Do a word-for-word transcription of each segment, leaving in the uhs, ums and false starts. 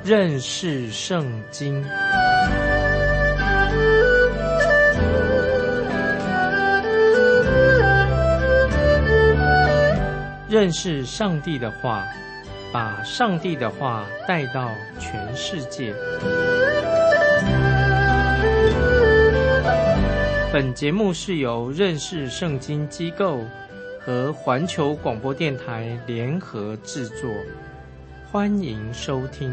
认识圣经。认识上帝的话，把上帝的话带到全世界。本节目是由认识圣经机构和环球广播电台联合制作，欢迎收听。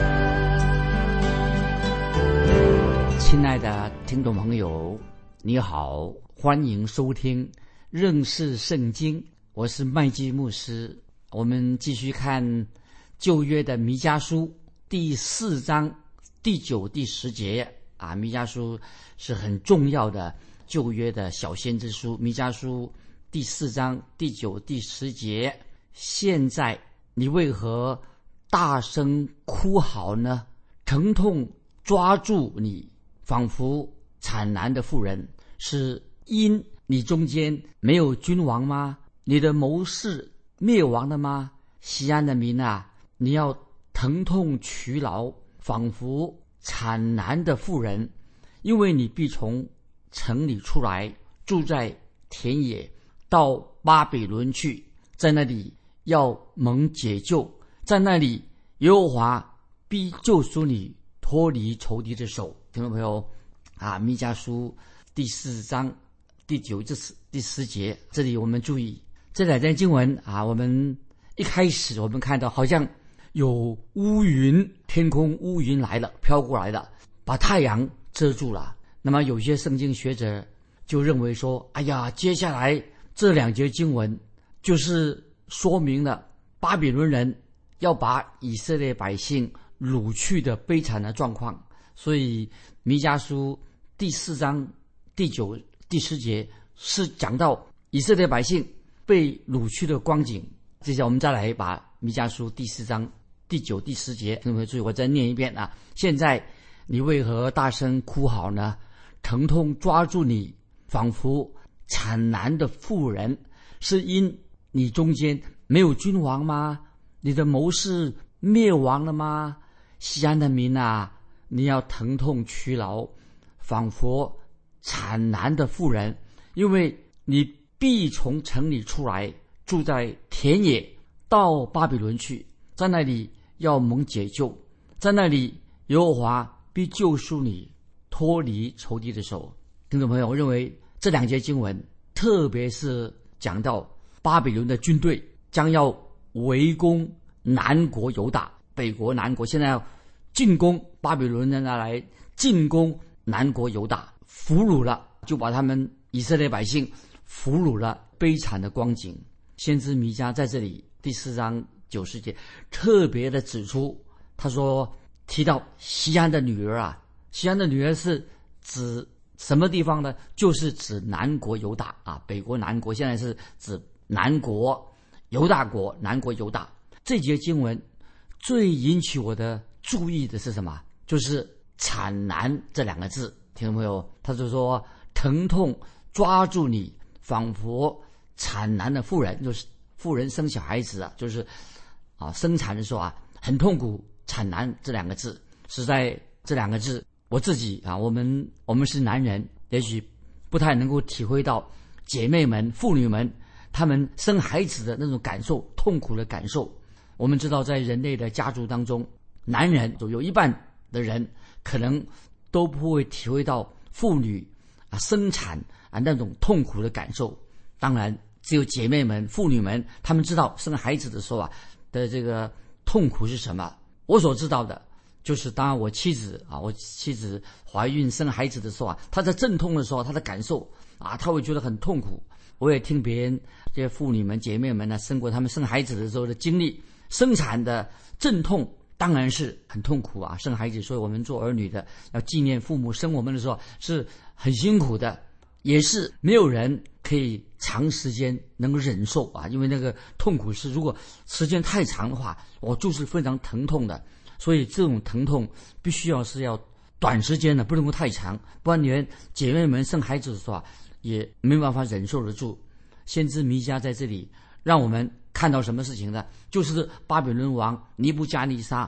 亲爱的听众朋友，你好，欢迎收听认识圣经，我是麦基牧师。我们继续看旧约的弥迦书第四章第九、第十节啊，弥迦书是很重要的旧约的小先知书。弥迦书第四章第九、第十节，现在你为何大声哭嚎呢？疼痛抓住你，仿佛惨难的妇人，是因你中间没有君王吗？你的谋士灭亡了吗？西安的民啊，你要疼痛劬劳，仿佛惨难的妇人，因为你必从城里出来，住在田野，到巴比伦去，在那里要蒙解救，在那里耶和华必救赎你，脱离仇敌的手。听众朋友啊，弥迦书第四章第九至第十节，这里我们注意这两段经文啊，我们一开始我们看到好像有乌云，天空乌云来了，飘过来了，把太阳遮住了。那么有些圣经学者就认为说，哎呀，接下来这两节经文就是说明了巴比伦人要把以色列百姓掳去的悲惨的状况。所以弥迦书第四章第九、第十节是讲到以色列百姓被掳去的光景。接下来我们再来把弥迦书第四章第九、第十节，各位注意，我再念一遍啊。现在你为何大声哭嚎呢？疼痛抓住你，仿佛惨难的妇人，是因你中间没有君王吗？你的谋士灭亡了吗？西安的民啊，你要疼痛劬劳，仿佛惨难的妇人，因为你必从城里出来，住在田野，到巴比伦去，在那里要蒙解救，在那里耶和华必救赎你，脱离仇敌的手。听众朋友，我认为这两节经文，特别是讲到巴比伦的军队将要围攻南国犹大，北国南国现在要进攻巴比伦人来进攻南国犹大，俘虏了，就把他们以色列百姓俘虏了，悲惨的光景。先知弥迦在这里第四章九十节特别的指出，他说提到西安的女儿啊，西安的女儿是指什么地方呢？就是指南国犹大啊，北国南国现在是指南国犹大国，南国犹大。这节经文最引起我的注意的是什么？就是惨难这两个字。听众朋友，他就说疼痛抓住你，仿佛惨难的妇人，就是妇人生小孩子啊，就是啊生产的时候啊很痛苦，惨难这两个字，实在这两个字我自己啊，我们我们是男人，也许不太能够体会到姐妹们妇女们她们生孩子的那种感受，痛苦的感受。我们知道在人类的家族当中，男人有一半的人可能都不会体会到妇女啊生产啊那种痛苦的感受。当然只有姐妹们妇女们她们知道生孩子的时候啊的这个痛苦是什么。我所知道的就是当然我妻子啊我妻子怀孕生孩子的时候啊，她在阵痛的时候她的感受啊，她会觉得很痛苦。我也听别人这些妇女们姐妹们呢生过她们生孩子的时候的经历，生产的阵痛当然是很痛苦啊，生孩子，所以我们做儿女的要纪念父母生我们的时候是很辛苦的，也是没有人可以长时间能够忍受啊，因为那个痛苦是如果时间太长的话，我就是非常疼痛的，所以这种疼痛必须要是要短时间的，不能够太长，不然连姐妹们生孩子的时候啊也没办法忍受得住。先知弥迦在这里让我们看到什么事情呢？就是巴比伦王尼布加尼撒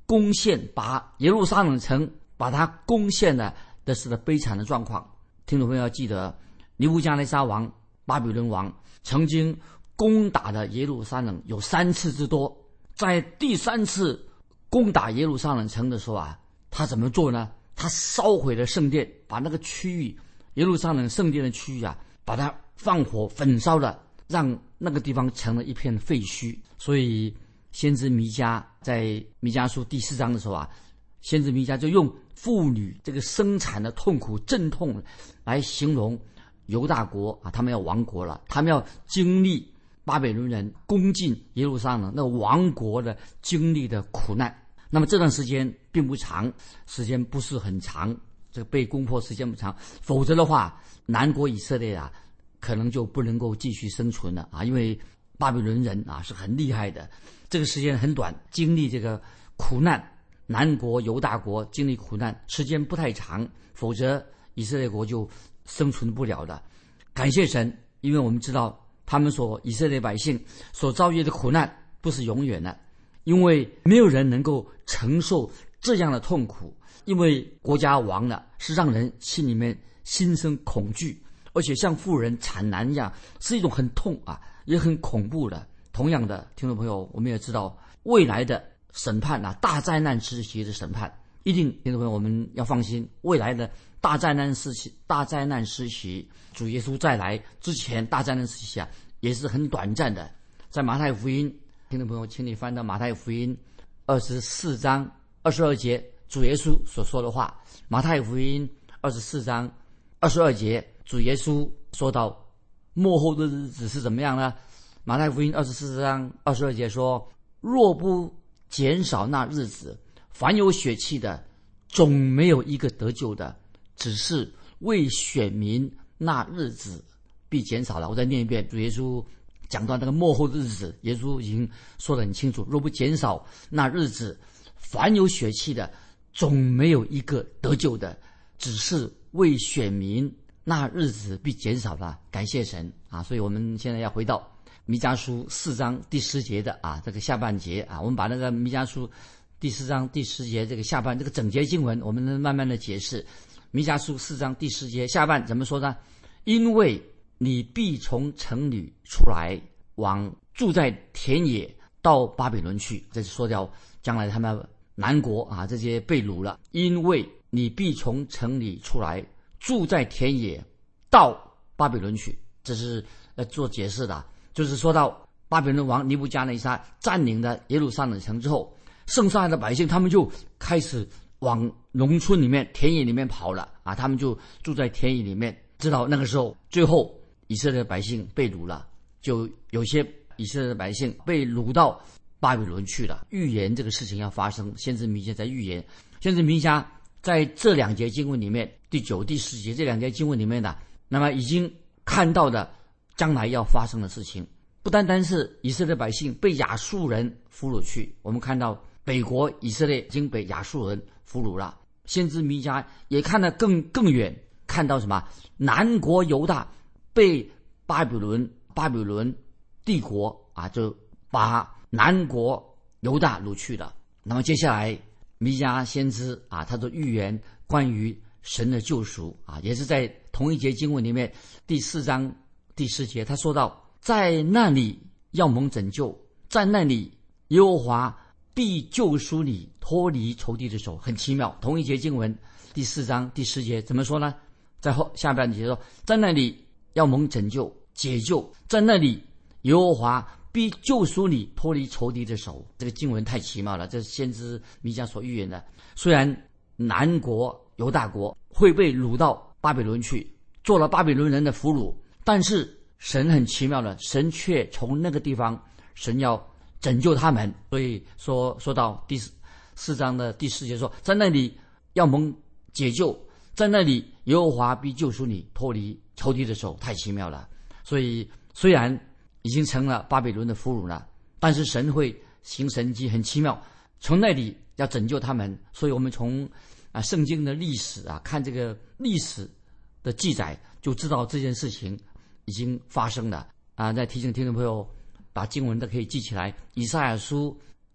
攻陷，把耶路撒冷城把它攻陷了的是的悲惨的状况。听众朋友要记得，尼布加内撒王巴比伦王曾经攻打的耶路撒冷有三次之多。在第三次攻打耶路撒冷城的时候啊，他怎么做呢？他烧毁了圣殿，把那个区域耶路撒冷圣殿的区域啊，把它放火焚烧了，让那个地方成了一片废墟。所以先知弥迦在弥迦书第四章的时候啊，先知弥迦就用妇女这个生产的痛苦阵痛来形容犹大国啊，他们要亡国了，他们要经历巴比伦人攻进耶路撒冷那亡国的经历的苦难。那么这段时间并不长，时间不是很长，这个被攻破时间不长，否则的话南国以色列啊可能就不能够继续生存了啊，因为巴比伦人啊是很厉害的，这个时间很短，经历这个苦难，南国犹大国经历苦难时间不太长，否则以色列国就生存不了的。感谢神，因为我们知道他们所以色列百姓所遭遇的苦难不是永远的，因为没有人能够承受这样的痛苦，因为国家亡了是让人心里面心生恐惧，而且像妇人产难一样，是一种很痛啊也很恐怖的。同样的，听众朋友，我们也知道未来的审判啊，大灾难时期的审判，一定听众朋友我们要放心，未来的大灾难时期，大灾难时期，主耶稣再来之前，大灾难时期啊也是很短暂的。在马太福音，听众朋友，请你翻到马太福音二十四章二十二节，主耶稣所说的话。马太福音二十四章二十二节，主耶稣说到末后的日子是怎么样呢？马太福音二十四章二十二节说：若不减少那日子，凡有血气的总没有一个得救的，只是为选民那日子必减少了。我再念一遍，主耶稣讲到那个末后的日子，耶稣已经说得很清楚，若不减少那日子，凡有血气的总没有一个得救的，只是为选民那日子必减少了。感谢神啊！所以我们现在要回到弥迦书四章第十节的啊这个下半节啊，我们把那个弥迦书第四章第十节这个下半这个整节经文，我们慢慢的解释。弥迦书四章第十节下半怎么说呢？因为你必从城里出来，往住在田野到巴比伦去。这是说到将来他们南国啊这些被掳了。因为你必从城里出来，住在田野到巴比伦去，这是呃做解释的。就是说到巴比伦王尼布加内撒占领了耶路撒冷城之后，剩下的百姓他们就开始往农村里面田野里面跑了啊，他们就住在田野里面。知道那个时候最后以色列的百姓被掳了，就有些以色列的百姓被掳到巴比伦去了。预言这个事情要发生，先知弥迦在预言，先知弥迦在这两节经文里面，第九第十节这两节经文里面的，那么已经看到的将来要发生的事情，不单单是以色列百姓被亚述人俘虏去，我们看到北国以色列已经被亚述人俘虏了。先知弥迦也看得更更远，看到什么？南国犹大被巴比伦巴比伦帝国啊，就把南国犹大掳去了。那么接下来弥迦先知啊，他的预言关于神的救赎啊，也是在同一节经文里面第四章第十节，他说到在那里要蒙拯救，在那里耶和华必救赎你脱离仇敌的手。很奇妙，同一节经文第四章第十节怎么说呢？在后下半节说，在那里要蒙拯救解救，在那里耶和华必救赎你脱离仇敌的手。这个经文太奇妙了，这是先知弥迦所预言的。虽然南国犹大国会被掳到巴比伦去，做了巴比伦人的俘虏，但是神很奇妙的，神却从那个地方，神要拯救他们。所以说说到第四章的第四节说，在那里要蒙解救，在那里耶和华必救赎你脱离仇敌的手。太奇妙了。所以虽然已经成了巴比伦的俘虏了，但是神会行神迹，很奇妙，从那里要拯救他们。所以我们从啊圣经的历史啊看这个历史的记载，就知道这件事情已经发生了啊。再提醒听众朋友，把经文都可以记起来。以赛亚书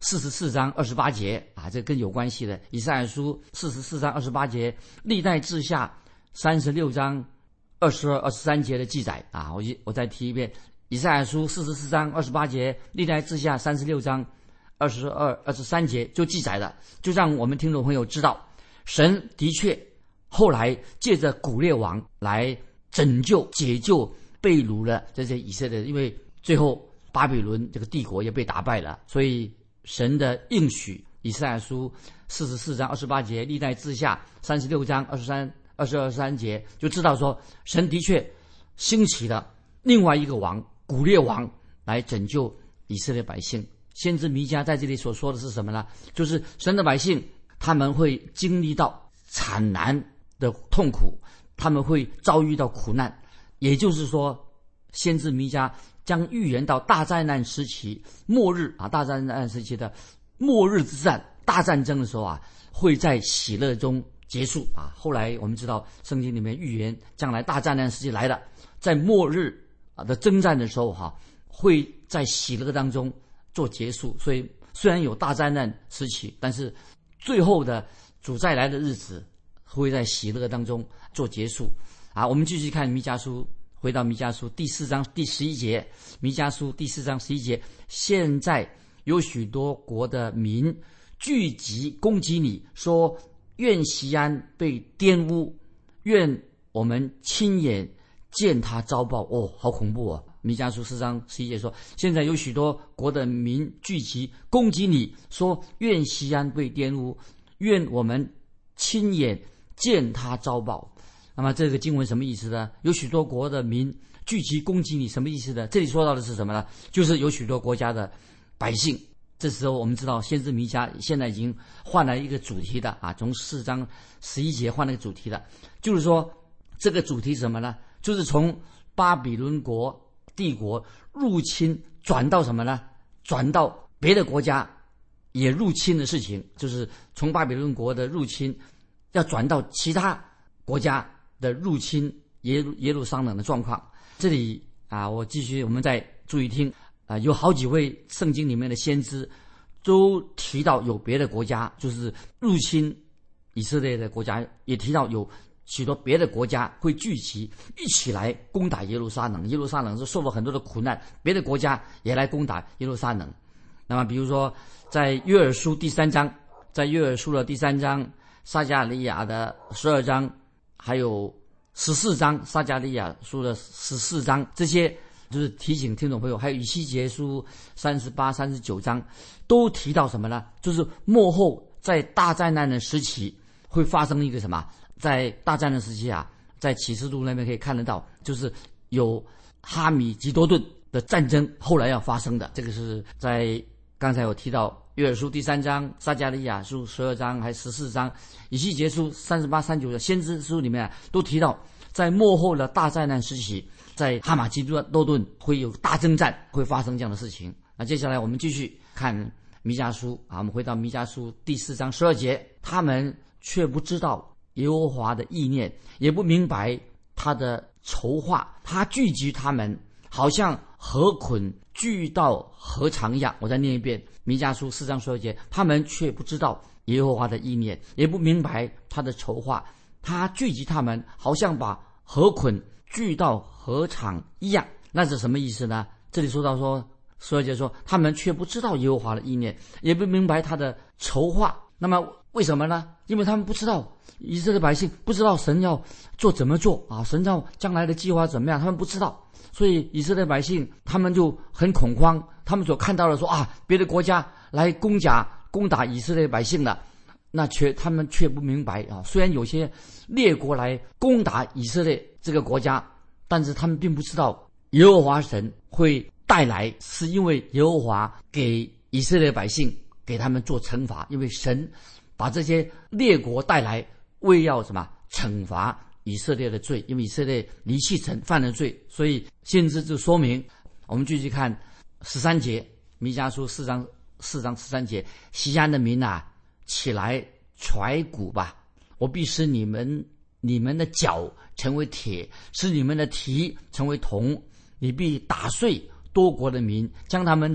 四十四章二十八节啊，这跟有关系的。以赛亚书四十四章二十八节，历代志下三十六章二十二、二十三节的记载啊，我我再提一遍，以赛亚书四十四章二十八节，历代志下三十六章二十二、二十三节就记载了，就让我们听众朋友知道，神的确后来借着古列王来拯救、解救被掳了这些以色列人，因为最后巴比伦这个帝国也被打败了，所以神的应许，以赛亚书四十四章二十八节，历代志下三十六章二十三、二十二、二十三节，就知道说，神的确兴起了另外一个王古列王来拯救以色列百姓。先知弥迦在这里所说的是什么呢？就是神的百姓他们会经历到惨难的痛苦，他们会遭遇到苦难，也就是说，先知弥迦将预言到大灾难时期末日啊，大灾难时期的末日之战、大战争的时候啊，会在喜乐中结束啊。后来我们知道圣经里面预言将来大灾难时期来了，在末日啊的征战的时候哈、啊，会在喜乐当中做结束。所以虽然有大灾难时期，但是最后的主再来的日子会在喜乐当中做结束啊。我们继续看弥迦书。回到弥迦书第四章第十一节，弥迦书第四章十一节，现在有许多国的民聚集攻击你，说愿锡安被玷污，愿我们亲眼见他遭报。哦，好恐怖啊！弥迦书四章十一节说，现在有许多国的民聚集攻击你，说愿锡安被玷污，愿我们亲眼见他遭报。那么这个经文什么意思呢？有许多国的民聚集攻击你，什么意思呢？这里说到的是什么呢？就是有许多国家的百姓。这时候我们知道先知弥迦现在已经换了一个主题的啊，从四章十一节换了一个主题的，就是说这个主题是什么呢？就是从巴比伦国帝国入侵转到什么呢？转到别的国家也入侵的事情，就是从巴比伦国的入侵要转到其他国家的入侵耶路耶路撒冷的状况。这里啊，我继续，我们再注意听啊，有好几位圣经里面的先知都提到有别的国家，就是入侵以色列的国家，也提到有许多别的国家会聚集一起来攻打耶路撒冷。耶路撒冷是受了很多的苦难，别的国家也来攻打耶路撒冷。那么比如说在约珥书第三章，在约珥书的第三章，撒迦利亚的十二章，还有十四章，撒迦利亚书的十四章，这些就是提醒听众朋友，还有以西结书三十八、三十九章，都提到什么呢？就是末后在大灾难的时期会发生一个什么？在大灾难时期啊，在启示录那边可以看得到，就是有哈米吉多顿的战争后来要发生的。这个是在刚才有提到约珥书第三章，撒迦利亚书十二章，还十四章，以西结书三十八、三十九的先知书里面、啊、都提到，在末后的大灾难时期，在哈马基多顿会有大征战，会发生这样的事情。那接下来我们继续看弥迦书啊，我们回到弥迦书第四章十二节，他们却不知道耶和华的意念，也不明白他的筹划，他聚集他们，好像河捆聚到河场一样。我再念一遍弥迦书四章十二节，他们却不知道耶和华的意念，也不明白他的筹划，他聚集他们，好像把河捆聚到河场一样。那是什么意思呢？这里说到说十二节说，他们却不知道耶和华的意念，也不明白他的筹划。那么为什么呢？因为他们不知道，以色列百姓不知道神要做怎么做啊，神要将来的计划怎么样，他们不知道。所以以色列百姓他们就很恐慌，他们所看到的说啊，别的国家来攻打攻打以色列百姓了，那却他们却不明白啊。虽然有些列国来攻打以色列这个国家，但是他们并不知道耶和华神会带来，是因为耶和华给以色列百姓给他们做惩罚，因为神把这些列国带来，为要什么？惩罚以色列的罪，因为以色列离弃神犯了罪，所以先知就说明。我们继续看十三节，弥迦书四章四章十三节，西安的民啊，起来踹鼓吧，我必使你们你们的脚成为铁，使你们的蹄成为铜，你必打碎多国的民，将他们的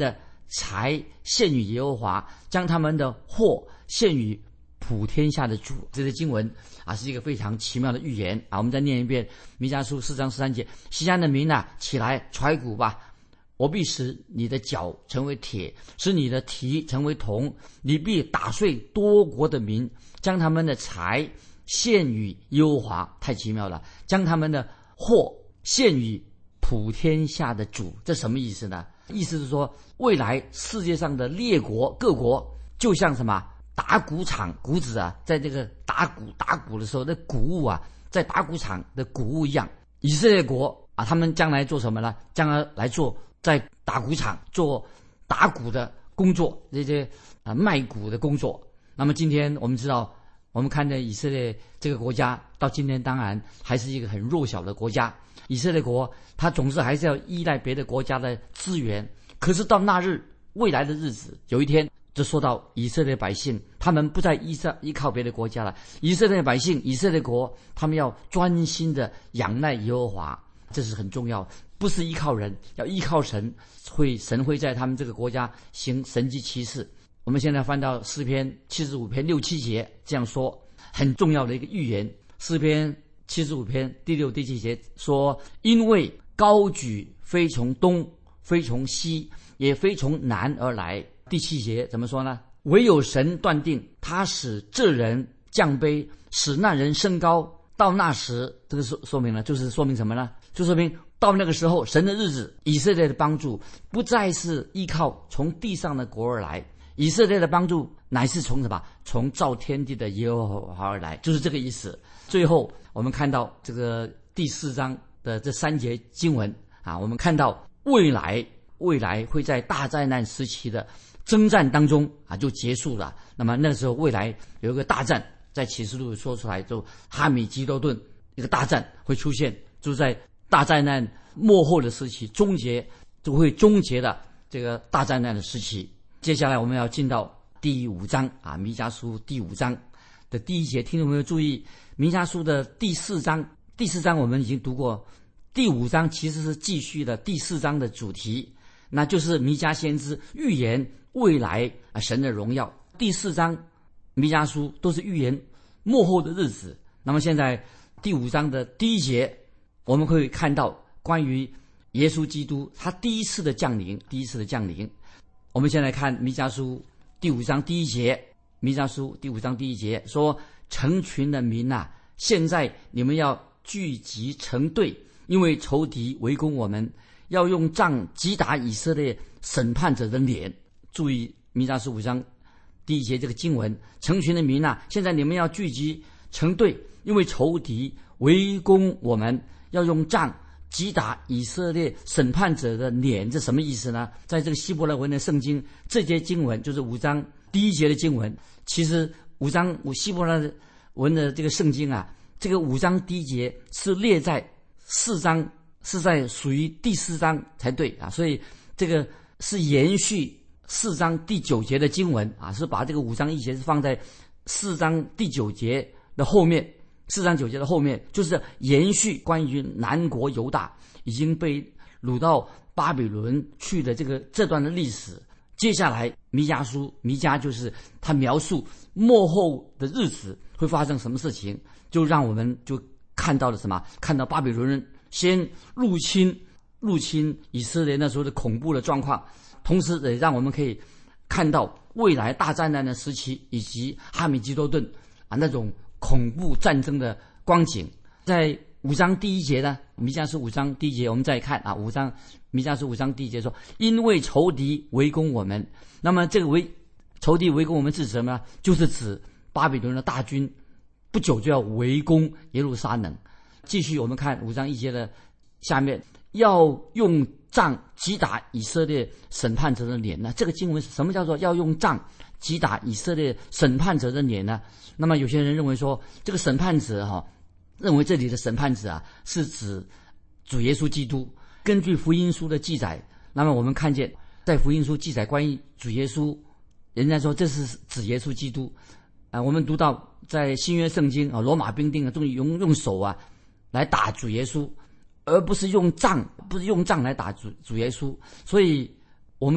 财献与耶和华，将他们的货献与普天下的主。这些经文啊，是一个非常奇妙的预言啊。我们再念一遍弥迦书四章十三节：西安的民啊，起来揣鼓吧，我必使你的脚成为铁，使你的蹄成为铜，你必打碎多国的民，将他们的财献与耶和华。太奇妙了，将他们的货献与普天下的主。这什么意思呢？意思是说，未来世界上的列国各国就像什么打鼓场鼓子啊，在这个打鼓打鼓的时候，那鼓物啊，在打鼓场的鼓物一样。以色列国啊，他们将来做什么呢？将来来做在打鼓场做打鼓的工作，这些啊卖鼓的工作。那么今天我们知道，我们看见以色列这个国家到今天当然还是一个很弱小的国家。以色列国它总是还是要依赖别的国家的资源，可是到那日未来的日子，有一天就说到以色列百姓，他们不再依靠依靠别的国家了。以色列百姓，以色列国，他们要专心的仰赖耶和华，这是很重要，不是依靠人，要依靠神，会神会在他们这个国家行神迹奇事。我们现在翻到诗篇七十五篇六七节，这样说，很重要的一个预言。诗篇七十五篇第六第七节说：因为高举非从东，非从西，也非从南而来。第七节怎么说呢？唯有神断定，他使这人降卑，使那人升高。到那时，这个说说明了，就是说明什么呢？就说明到那个时候，神的日子，以色列的帮助不再是依靠从地上的国而来，以色列的帮助乃是从什么？从造天地的耶和华而来，就是这个意思。最后我们看到这个第四章的这三节经文啊，我们看到未来未来会在大灾难时期的征战当中啊就结束了。那么那个时候未来有一个大战，在启示录说出来，就哈米基多顿一个大战会出现，就在大灾难末后的时期终结，就会终结的这个大灾难的时期。接下来我们要进到第五章啊，弥迦书第五章的第一节，听众朋友注意，弥迦书的第四章，第四章我们已经读过，第五章其实是继续的第四章的主题，那就是弥迦先知预言未来啊神的荣耀。第四章弥迦书都是预言末后的日子。那么现在第五章的第一节，我们可以看到关于耶稣基督他第一次的降临，第一次的降临。我们先来看弥迦书第五章第一节，弥迦书第五章第一节说：成群的民啊，现在你们要聚集成队，因为仇敌围攻我们，要用杖击打以色列审判者的脸。注意弥迦书五章第一节这个经文，成群的民啊，现在你们要聚集成队，因为仇敌围攻我们，要用杖击打以色列审判者的脸。这什么意思呢？在这个希伯来文的圣经，这节经文就是五章第一节的经文。其实五章我希伯来文的这个圣经啊，这个五章第一节是列在四章，是在属于第四章才对啊，所以这个是延续四章第九节的经文啊，是把这个五章一节是放在四章第九节的后面，四章九节的后面，就是延续关于南国犹大已经被掳到巴比伦去的这个这段的历史。接下来弥迦书，弥迦就是他描述末后的日子会发生什么事情，就让我们就看到了什么？看到巴比伦人先入侵入侵以色列那时候的恐怖的状况，同时也让我们可以看到未来大灾难的时期以及哈米基多顿啊那种恐怖战争的光景。在五章第一节呢，弥迦书五章第一节，我们再看啊，五章弥迦书五章第一节说：因为仇敌围攻我们。那么这个围仇敌围攻我们是什么呢？就是指巴比伦的大军不久就要围攻耶路撒冷。继续我们看五章一节的下面，要用杖击打以色列审判者的脸呢？这个经文什么叫做要用杖击打以色列审判者的脸呢？那么有些人认为说，这个审判者哈、哦，认为这里的审判者啊是指主耶稣基督。根据福音书的记载，那么我们看见在福音书记载关于主耶稣，人家说这是指耶稣基督啊。我们读到在新约圣经啊，罗马兵丁啊，终于用用手啊来打主耶稣，而不是用杖，不是用杖来打主主耶稣。所以我们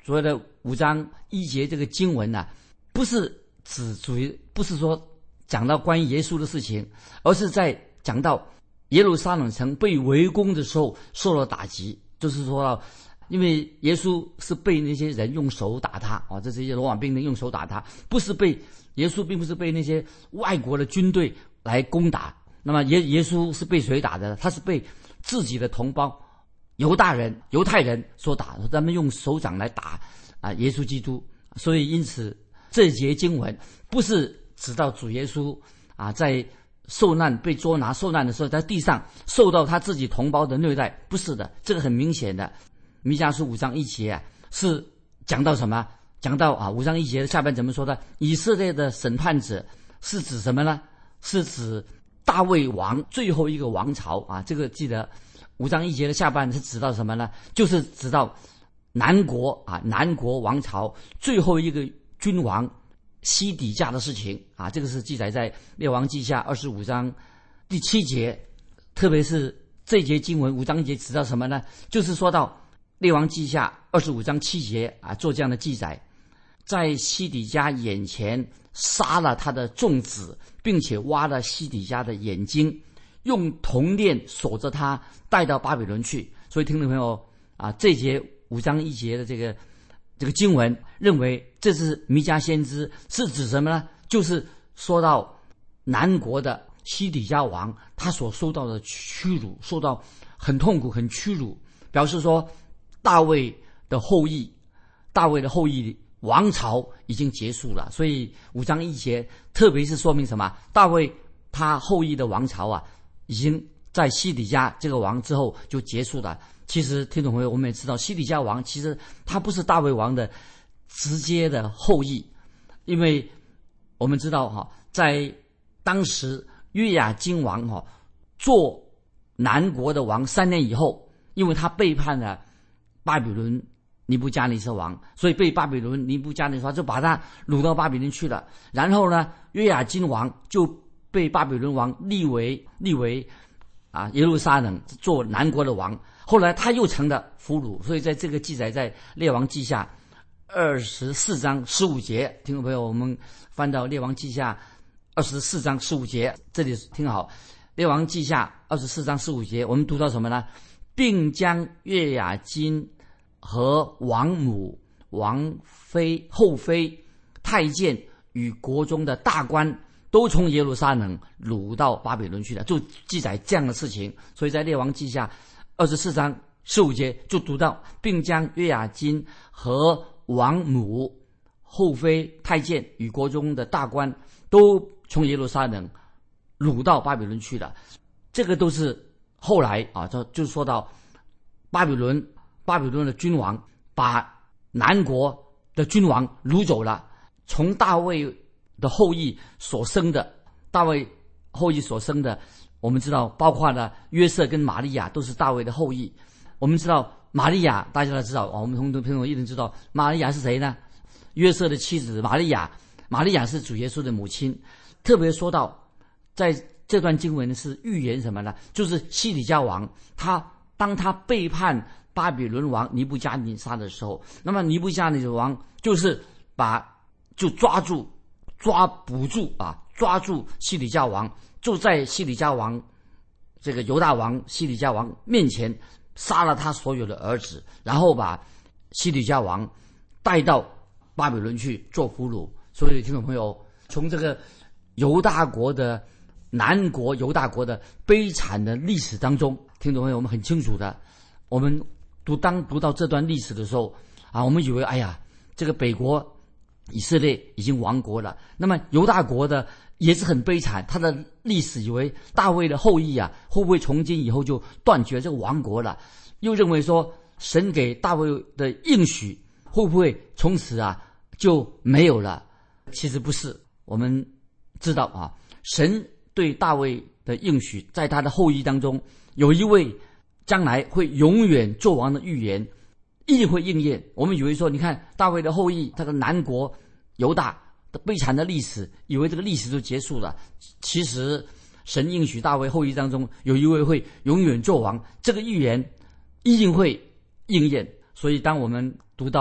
所谓的五章一节这个经文啊，不是指属于不是说讲到关于耶稣的事情，而是在讲到耶路撒冷城被围攻的时候受了打击，就是说到因为耶稣是被那些人用手打他啊，这是一些罗马兵人用手打他，不是被耶稣并不是被那些外国的军队来攻打。那么耶耶稣是被谁打的？他是被自己的同胞犹大人、犹太人所打，他们用手掌来打啊耶稣基督。所以因此这节经文不是指到主耶稣啊在受难被捉拿受难的时候，在地上受到他自己同胞的虐待，不是的。这个很明显的，弥迦书五章一节啊，是讲到什么？讲到啊五章一节的下半怎么说的？以色列的审判者是指什么呢？是指大卫王最后一个王朝啊。这个记得五章一节的下半是指到什么呢？就是指到南国啊南国王朝最后一个君王西底家的事情啊，这个是记载在列王记下二十五章第七节。特别是这节经文五章一节指到什么呢？就是说到列王记下二十五章七节啊，做这样的记载，在西底家眼前杀了他的众子，并且挖了西底家的眼睛，用铜链锁着他，带到巴比伦去。所以听众朋友啊，这节五章一节的这个这个经文认为这是弥迦先知，是指什么呢？就是说到南国的西底家王他所受到的屈辱，受到很痛苦很屈辱，表示说大卫的后裔大卫的后裔王朝已经结束了。所以五章一节特别是说明什么？大卫他后裔的王朝啊，已经在西底家这个王之后就结束了。其实听众朋友，我们也知道西底家王其实他不是大卫王的直接的后裔，因为我们知道哈，在当时约雅斤王哈做南国的王三年以后，因为他背叛了巴比伦尼布加尼撒王，所以被巴比伦尼布加尼撒就把他掳到巴比伦去了。然后呢，约雅斤王就被巴比伦王立为立为啊耶路撒冷做南国的王。后来他又成了俘虏，所以在这个记载在列王记下二十四章十五节，听众朋友，我们翻到列王记下二十四章十五节，这里听好，列王记下二十四章十五节，我们读到什么呢？并将约雅斤和王母、王妃、后妃、太监与国中的大官都从耶路撒冷掳到巴比伦去了，就记载这样的事情。所以在列王记下二十四章十五节就读到，并将约雅斤和王母、后妃、太监与国中的大官都从耶路撒冷掳到巴比伦去了。这个都是后来啊，就就说到巴比伦，巴比伦的君王把南国的君王掳走了，从大卫的后裔所生的，大卫后裔所生的，我们知道包括了约瑟跟玛利亚都是大卫的后裔。我们知道玛利亚，大家都知道，我们同朋友一定知道玛利亚是谁呢？约瑟的妻子玛利亚，玛利亚是主耶稣的母亲。特别说到在这段经文是预言什么呢？就是西底家王他当他背叛巴比伦王尼布加尼撒的时候，那么尼布加尼撒王就是把就抓住抓捕住啊抓住西底家王，就在西底家王这个犹大王西底家王面前杀了他所有的儿子，然后把西底家王带到巴比伦去做俘虏。所以听众朋友，从这个犹大国的南国犹大国的悲惨的历史当中，听众朋友，我们很清楚的，我们读当读到这段历史的时候啊，我们以为哎呀，这个北国以色列已经亡国了，那么犹大国的也是很悲惨，他的历史以为大卫的后裔啊，会不会从今以后就断绝这个亡国了？又认为说神给大卫的应许会不会从此啊就没有了？其实不是，我们知道啊，神对大卫的应许，在他的后裔当中有一位将来会永远做王的预言一定会应验。我们以为说，你看大卫的后裔，他的南国犹大的悲惨的历史，以为这个历史就结束了。其实神应许大卫后裔当中有一位会永远做王，这个预言一定会应验。所以当我们读到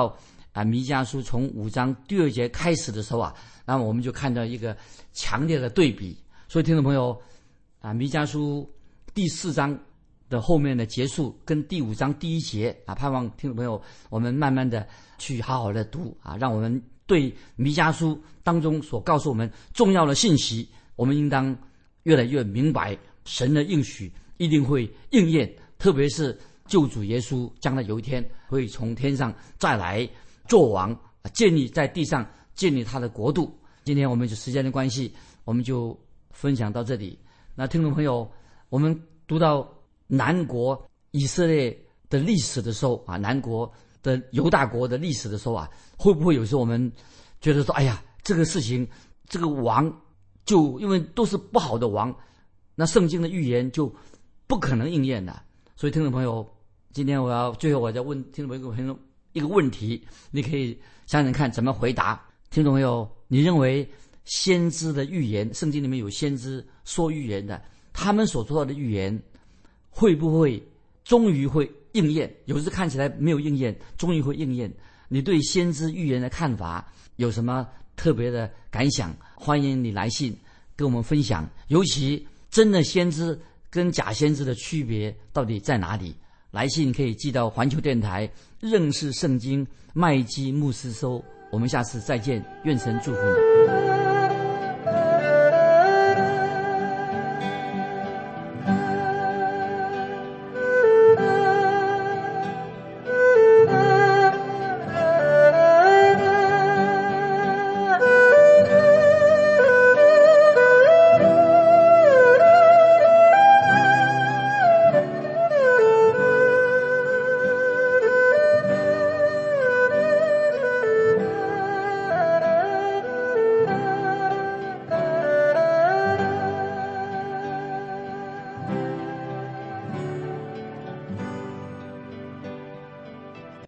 啊，弥迦书从五章第二节开始的时候啊，那么我们就看到一个强烈的对比。所以听众朋友啊，弥迦书第四章的后面的结束跟第五章第一节啊，盼望听众朋友我们慢慢的去好好的读啊，让我们对弥迦书当中所告诉我们重要的信息，我们应当越来越明白神的应许一定会应验，特别是救主耶稣将来有一天会从天上再来做王，建立在地上建立他的国度。今天我们就时间的关系，我们就分享到这里。那听众朋友，我们读到南国以色列的历史的时候啊，南国的犹大国的历史的时候啊，会不会有时候我们觉得说，哎呀，这个事情这个王就因为都是不好的王，那圣经的预言就不可能应验的。所以听众朋友，今天我要最后我要问听众朋友一个问题，你可以想想看怎么回答。听众朋友，你认为先知的预言，圣经里面有先知说预言的，他们所说的预言会不会终于会应验？有时看起来没有应验，终于会应验。你对先知预言的看法有什么特别的感想？欢迎你来信跟我们分享。尤其真的先知跟假先知的区别到底在哪里？来信可以寄到环球电台认识圣经麦基牧师收。我们下次再见，愿神祝福你。